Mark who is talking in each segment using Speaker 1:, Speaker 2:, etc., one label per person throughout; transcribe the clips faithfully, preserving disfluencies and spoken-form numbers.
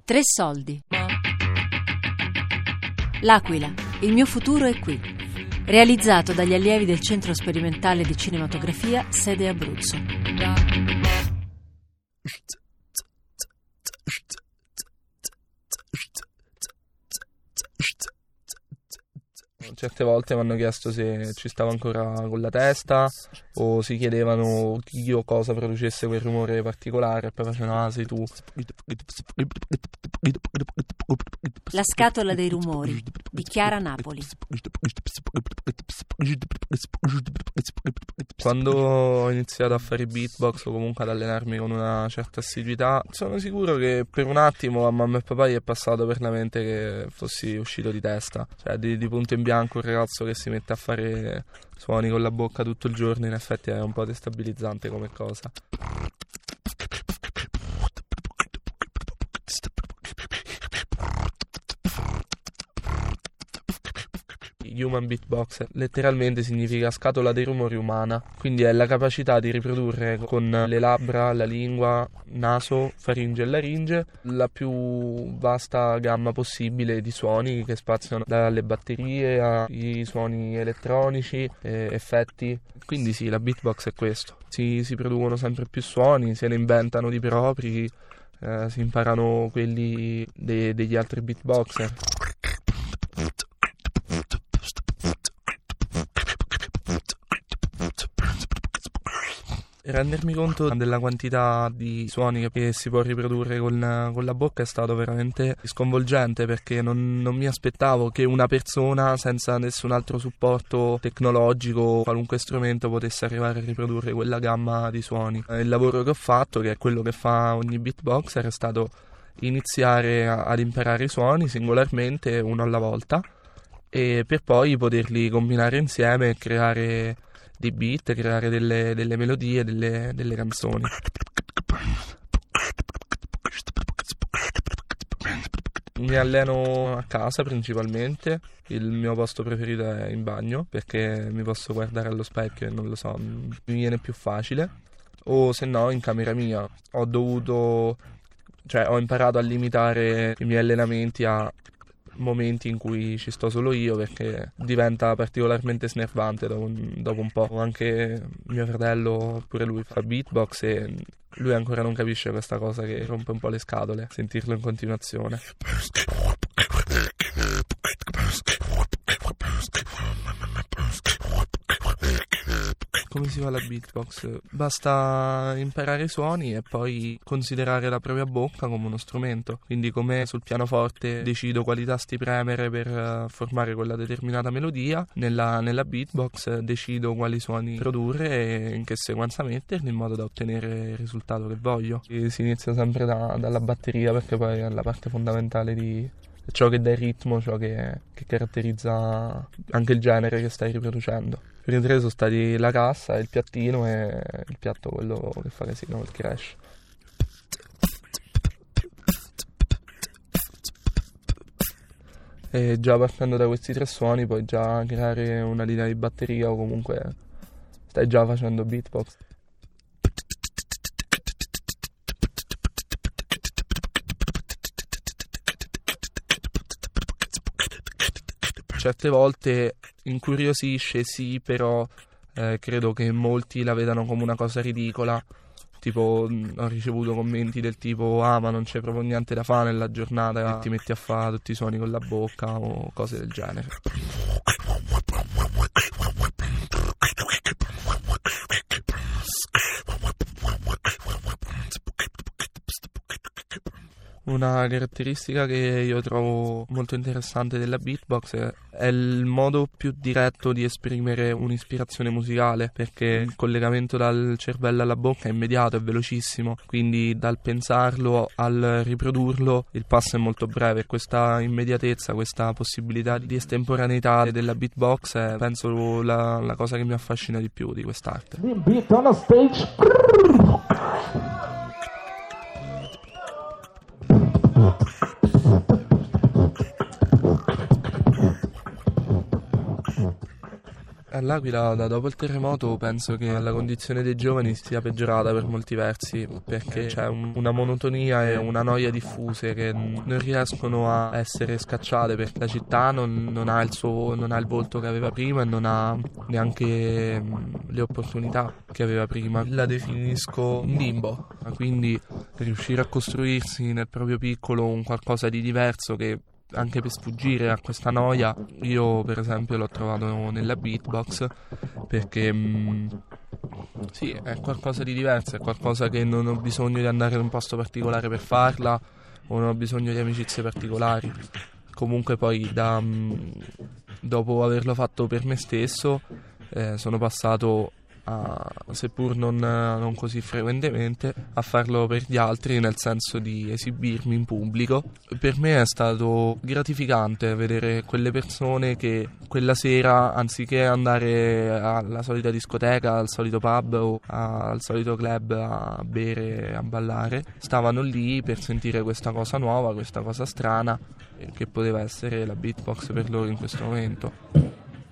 Speaker 1: Tre soldi. L'Aquila, il mio futuro è qui. Realizzato dagli allievi del Centro Sperimentale di Cinematografia, sede Abruzzo.
Speaker 2: Certe volte mi hanno chiesto se ci stavo ancora con la testa o si chiedevano chi o cosa producesse quel rumore particolare e poi facevano: ah, sei tu.
Speaker 1: La scatola dei rumori di Chiara Napoli.
Speaker 2: Quando ho iniziato a fare beatbox o comunque ad allenarmi con una certa assiduità, sono sicuro che per un attimo a mamma e papà gli è passato per la mente che fossi uscito di testa. Cioè di, di punto in bianco un ragazzo che si mette a fare suoni con la bocca tutto il giorno in effetti è un po' destabilizzante come cosa. Human beatbox letteralmente significa scatola dei rumori umana, quindi è la capacità di riprodurre con le labbra, la lingua, naso, faringe e laringe la più vasta gamma possibile di suoni che spaziano dalle batterie ai suoni elettronici, eh, effetti. Quindi sì, la beatbox è questo, si, si producono sempre più suoni, se ne inventano di propri, eh, si imparano quelli de- degli altri beatboxer. Rendermi conto della quantità di suoni che si può riprodurre con, con la bocca è stato veramente sconvolgente, perché non, non mi aspettavo che una persona senza nessun altro supporto tecnologico, qualunque strumento, potesse arrivare a riprodurre quella gamma di suoni. Il lavoro che ho fatto, che è quello che fa ogni beatboxer, è stato iniziare a, ad imparare i suoni singolarmente, uno alla volta, e per poi poterli combinare insieme e creare dei beat, creare delle, delle melodie, delle, delle canzoni. Mi alleno a casa principalmente, il mio posto preferito è in bagno perché mi posso guardare allo specchio e non lo so, mi viene più facile, o se no in camera mia. Ho dovuto, cioè ho imparato a limitare i miei allenamenti a momenti in cui ci sto solo io, perché diventa particolarmente snervante dopo un, dopo un po'. Anche mio fratello, pure lui fa beatbox e lui ancora non capisce questa cosa che rompe un po' le scatole sentirlo in continuazione. Come si fa la beatbox? Basta imparare i suoni e poi considerare la propria bocca come uno strumento. Quindi come sul pianoforte decido quali tasti premere per formare quella determinata melodia, nella, nella beatbox decido quali suoni produrre e in che sequenza metterli in modo da ottenere il risultato che voglio. E si inizia sempre da, dalla batteria, perché poi è la parte fondamentale di ciò che dà il ritmo, ciò che, che caratterizza anche il genere che stai riproducendo. I primi tre sono stati la cassa, il piattino e il piatto, quello che fa casino, il crash. E già partendo da questi tre suoni puoi già creare una linea di batteria o comunque stai già facendo beatbox. Certe volte incuriosisce, sì, però eh, credo che molti la vedano come una cosa ridicola. Tipo, ho ricevuto commenti del tipo: ah, ma non c'è proprio niente da fare nella giornata, ti metti a fare tutti i suoni con la bocca o cose del genere. Una caratteristica che io trovo molto interessante della beatbox è il modo più diretto di esprimere un'ispirazione musicale, perché il collegamento dal cervello alla bocca è immediato, è velocissimo, quindi dal pensarlo al riprodurlo il passo è molto breve. Questa immediatezza, questa possibilità di estemporaneità della beatbox è, penso, la, la cosa che mi affascina di più di quest'arte.
Speaker 3: Beat on a stage.
Speaker 2: All'Aquila, da dopo il terremoto, penso che la condizione dei giovani sia peggiorata per molti versi, perché c'è un, una monotonia e una noia diffuse che non riescono a essere scacciate, perché la città non, non ha il suo, non ha il volto che aveva prima e non ha neanche mh, le opportunità che aveva prima. La definisco un limbo, quindi riuscire a costruirsi nel proprio piccolo un qualcosa di diverso che anche per sfuggire a questa noia, io per esempio l'ho trovato nella beatbox, perché mh, sì, è qualcosa di diverso, è qualcosa che non ho bisogno di andare in un posto particolare per farla, o non ho bisogno di amicizie particolari. Comunque poi da, mh, dopo averlo fatto per me stesso, eh, sono passato a, seppur non, non così frequentemente, a farlo per gli altri, nel senso di esibirmi in pubblico. Per me è stato gratificante vedere quelle persone che quella sera, anziché andare alla solita discoteca, al solito pub o al solito club a bere, a ballare, stavano lì per sentire questa cosa nuova, questa cosa strana, che poteva essere la beatbox per loro in questo momento.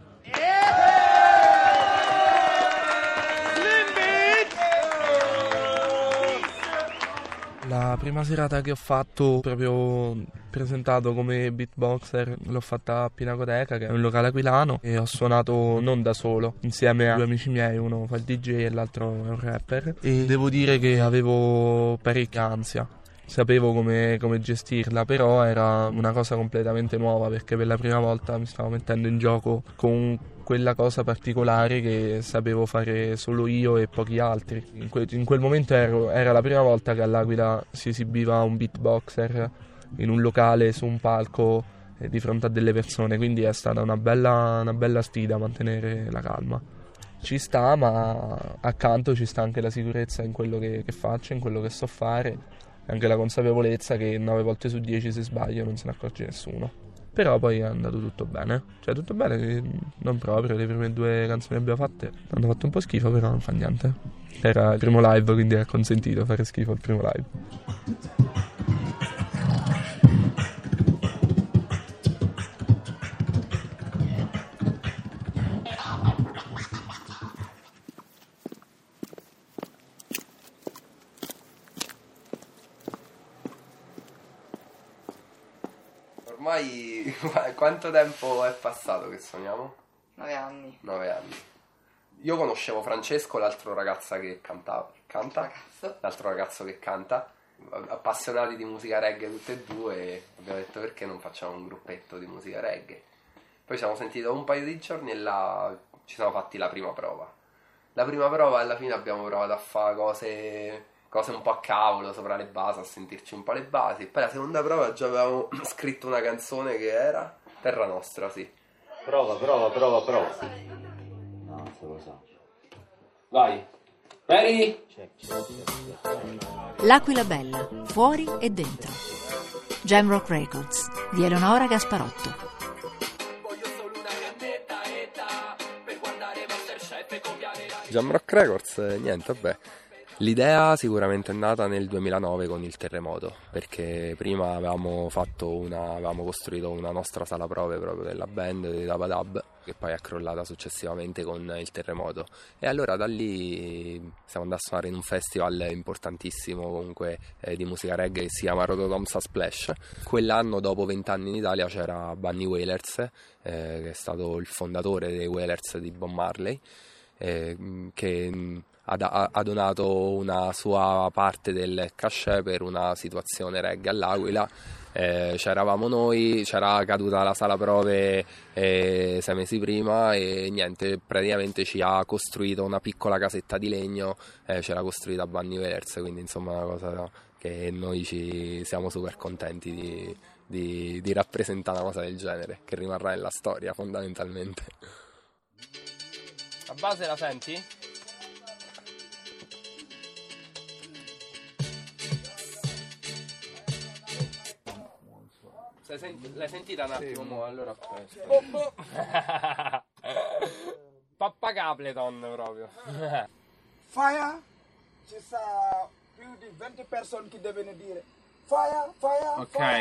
Speaker 2: La prima serata che ho fatto, proprio presentato come beatboxer, l'ho fatta a Pinacoteca, che è un locale aquilano, e ho suonato non da solo, insieme a due amici miei, uno fa il D J e l'altro è un rapper, e devo dire che avevo parecchia ansia. Sapevo come, come gestirla, però era una cosa completamente nuova, perché per la prima volta mi stavo mettendo in gioco con quella cosa particolare che sapevo fare solo io e pochi altri. In, que- in quel momento ero, era la prima volta che all'Aquila si esibiva un beatboxer in un locale, su un palco, eh, di fronte a delle persone, quindi è stata una bella, una bella sfida mantenere la calma. Ci sta, ma accanto ci sta anche la sicurezza in quello che, che faccio, in quello che so fare, e anche la consapevolezza che nove volte su dieci se sbaglio non se ne accorge nessuno. Però poi è andato tutto bene, cioè tutto bene, non proprio, le prime due canzoni che abbiamo fatte hanno fatto un po' schifo, però non fa niente. Era il primo live, quindi è consentito fare schifo il primo live.
Speaker 3: Ormai quanto tempo è passato che suoniamo?
Speaker 4: Nove anni.
Speaker 3: Nove anni. Io conoscevo Francesco, l'altro ragazzo che cantava, canta,
Speaker 4: Ragazzo.
Speaker 3: l'altro ragazzo che canta, appassionati di musica reggae tutti e due, e abbiamo detto perché non facciamo un gruppetto di musica reggae. Poi ci siamo sentiti dopo un paio di giorni e là ci siamo fatti la prima prova. La prima prova, alla fine abbiamo provato a fare cose... cose un po' a cavolo sopra le basi, a sentirci un po' le basi. Poi la seconda prova già avevamo scritto una canzone che era Terra Nostra, sì.
Speaker 5: Prova, prova, prova, prova. No, se lo so. Vai. Ready? Check, check, check.
Speaker 1: L'Aquila Bella, fuori e dentro. Jamrock Records di Eleonora Gasparotto.
Speaker 3: Jamrock Records, niente, vabbè. L'idea sicuramente è nata nel duemilanove con il terremoto, perché prima avevamo fatto una, avevamo costruito una nostra sala prove proprio della band di Dabadab, che poi è crollata successivamente con il terremoto, e allora da lì siamo andati a suonare in un festival importantissimo comunque eh, di musica reggae che si chiama Rototomsa Splash. Quell'anno, dopo vent'anni in Italia, c'era Bunny Wailers, eh, che è stato il fondatore dei Wailers di Bob Marley, eh, che ha, ha donato una sua parte del cachet per una situazione reggae all'Aquila. Eh, c'eravamo noi, c'era caduta la sala prove eh, sei mesi prima e niente, praticamente ci ha costruito una piccola casetta di legno, eh, ce l'ha costruita Bunny Wailers, quindi insomma una cosa che noi ci siamo super contenti di, di, di rappresentare una cosa del genere, che rimarrà nella storia fondamentalmente. La base la senti? L'hai sentita un attimo? Sì, mo, allora questo. Oh, oh. Pappa Capleton proprio.
Speaker 6: Fire, ci sta più di venti persone che devono dire fire, fire,
Speaker 3: ok.
Speaker 6: Fire.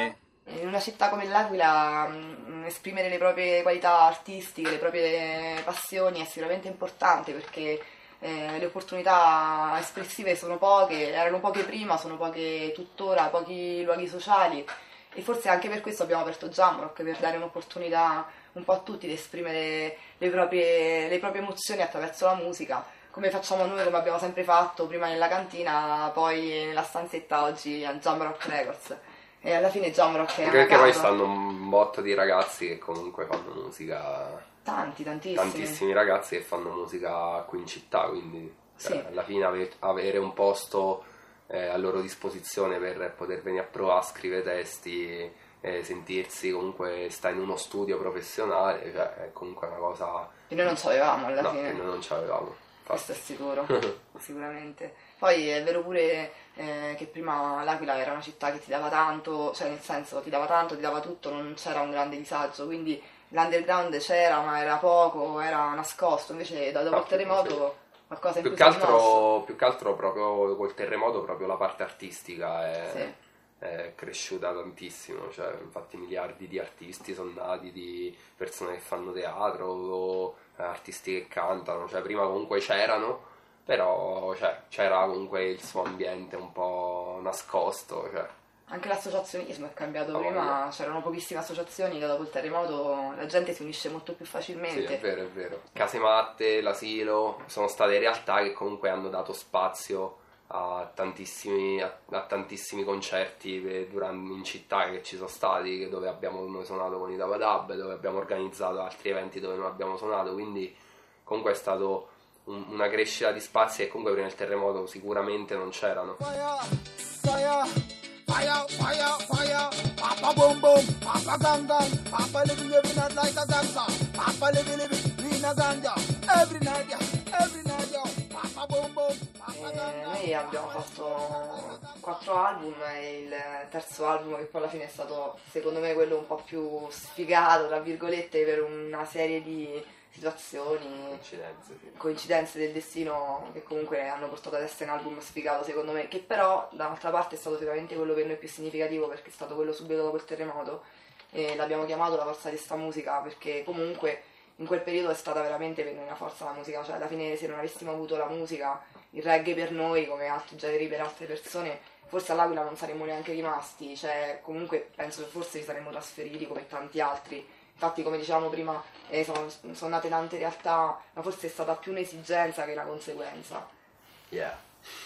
Speaker 4: In una città come l'Aquila mh, esprimere le proprie qualità artistiche, le proprie passioni è sicuramente importante, perché eh, le opportunità espressive sono poche, erano poche prima, sono poche tuttora, pochi luoghi sociali, e forse anche per questo abbiamo aperto Jamrock, per dare un'opportunità un po' a tutti di esprimere le proprie, le proprie emozioni attraverso la musica, come facciamo noi, come abbiamo sempre fatto, prima nella cantina, poi nella stanzetta, oggi a Jamrock Records. E alla fine Jamrock è
Speaker 3: anche perché poi stanno un botto di ragazzi che comunque fanno musica,
Speaker 4: tanti, tantissimi
Speaker 3: tantissimi ragazzi che fanno musica qui in città, quindi
Speaker 4: sì.
Speaker 3: cioè, alla fine ave- avere un posto eh, a loro disposizione per poter venire a provare a scrivere testi, eh, sentirsi comunque sta in uno studio professionale, cioè è comunque una cosa
Speaker 4: che noi non ci avevamo alla
Speaker 3: no,
Speaker 4: fine.
Speaker 3: che noi non ci avevamo.
Speaker 4: Questo è sicuro, sicuramente. Poi è vero pure eh, che prima l'Aquila era una città che ti dava tanto, cioè nel senso ti dava tanto, ti dava tutto, non c'era un grande disagio, quindi l'underground c'era ma era poco, era nascosto, invece da dopo il terremoto qualcosa in
Speaker 3: più
Speaker 4: più
Speaker 3: che
Speaker 4: si è
Speaker 3: altro
Speaker 4: mosso.
Speaker 3: più che altro proprio col terremoto proprio la parte artistica è,
Speaker 4: Sì.
Speaker 3: è cresciuta tantissimo, cioè infatti miliardi di artisti sono nati, di persone che fanno teatro o artisti che cantano, cioè prima comunque c'erano, però cioè, c'era comunque il suo ambiente un po' nascosto, cioè.
Speaker 4: Anche l'associazionismo è cambiato,
Speaker 3: Oh,
Speaker 4: prima
Speaker 3: yeah.
Speaker 4: c'erano pochissime associazioni, da dopo il terremoto la gente si unisce molto più facilmente.
Speaker 3: Sì, è vero, è vero. Casematte, l'asilo, sono state realtà che comunque hanno dato spazio a tantissimi, a, a tantissimi concerti che durante, in città che ci sono stati, dove abbiamo noi suonato con i Dabadab, dove abbiamo organizzato altri eventi dove non abbiamo suonato, quindi comunque è stato un, una crescita di spazi che comunque prima del terremoto sicuramente non c'erano.
Speaker 6: Fire, fire, fire, fire. Papa boom boom, papa gang gang. Papa living every night like a gangsta. Papa living living in a ganja. Every night, yeah, every night, yo. Papa boom boom, papa gang
Speaker 4: Eh,
Speaker 6: gang.
Speaker 4: noi abbiamo fatto quattro album e il terzo album, che poi alla fine è stato secondo me quello un po' più sfigato tra virgolette, per una serie di situazioni,
Speaker 3: Coincidenze, sì.
Speaker 4: coincidenze del destino che comunque hanno portato ad essere un album sfigato secondo me, che però dall'altra parte è stato sicuramente quello per noi più significativo, perché è stato quello subito dopo il terremoto, e l'abbiamo chiamato La Forza di sta musica, perché comunque in quel periodo è stata veramente per noi una forza la musica, cioè alla fine se non avessimo avuto la musica, il reggae per noi come altri generi per altre persone, forse all'Aquila non saremmo neanche rimasti, cioè comunque penso che forse ci saremmo trasferiti come tanti altri. Infatti, come dicevamo prima, eh, sono, sono nate tante realtà, ma forse è stata più un'esigenza che una conseguenza.
Speaker 3: Yeah.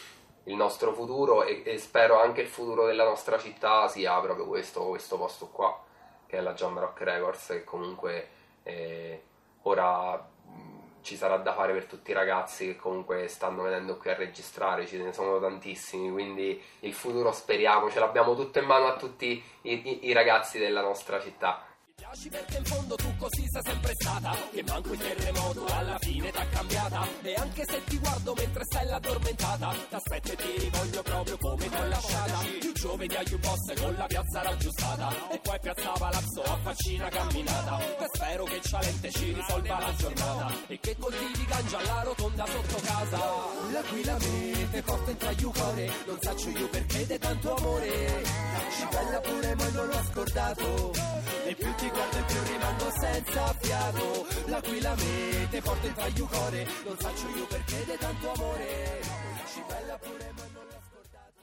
Speaker 3: Il nostro futuro e, e spero anche il futuro della nostra città sia proprio questo, questo posto qua, che è la Jamrock Records, che comunque eh, ora mh, ci sarà da fare per tutti i ragazzi che comunque stanno venendo qui a registrare, ce ne sono tantissimi, quindi il futuro speriamo, ce l'abbiamo tutto in mano a tutti i, i, i ragazzi della nostra città.
Speaker 7: Piaci perché in fondo tu così sei sempre stata, che manco il terremoto alla fine t'ha cambiata, e anche se ti guardo mentre stai là addormentata, t'aspetto e ti rivoglio proprio come t'ho lasciata. Più giovani agli un boss con la piazza raggiustata, e poi piazza Palazzo a faccina camminata, e spero che il cialente ci risolva la giornata, e che coltivi ganja alla rotonda sotto casa. L'Aquila mette porta entra giù cuore, non saccio io perché de tanto amore, ci bella pure ma non l'ho scordato, e più ti guardo e più rimango senza fiato. L'Aquila mette porta entra giù cuore, non saccio io perché de tanto amore, ci bella pure ma non l'ho scordato.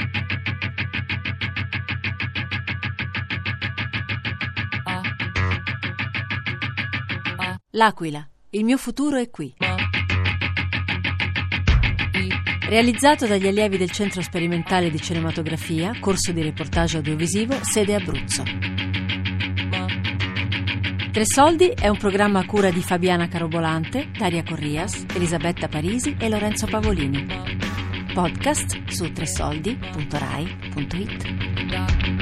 Speaker 1: L'Aquila, il mio futuro è qui. Realizzato dagli allievi del Centro Sperimentale di Cinematografia, corso di reportage audiovisivo, sede Abruzzo. Tre Soldi è un programma a cura di Fabiana Carobolante, Daria Corrias, Elisabetta Parisi e Lorenzo Pavolini. Podcast su tresoldi punto rai punto it.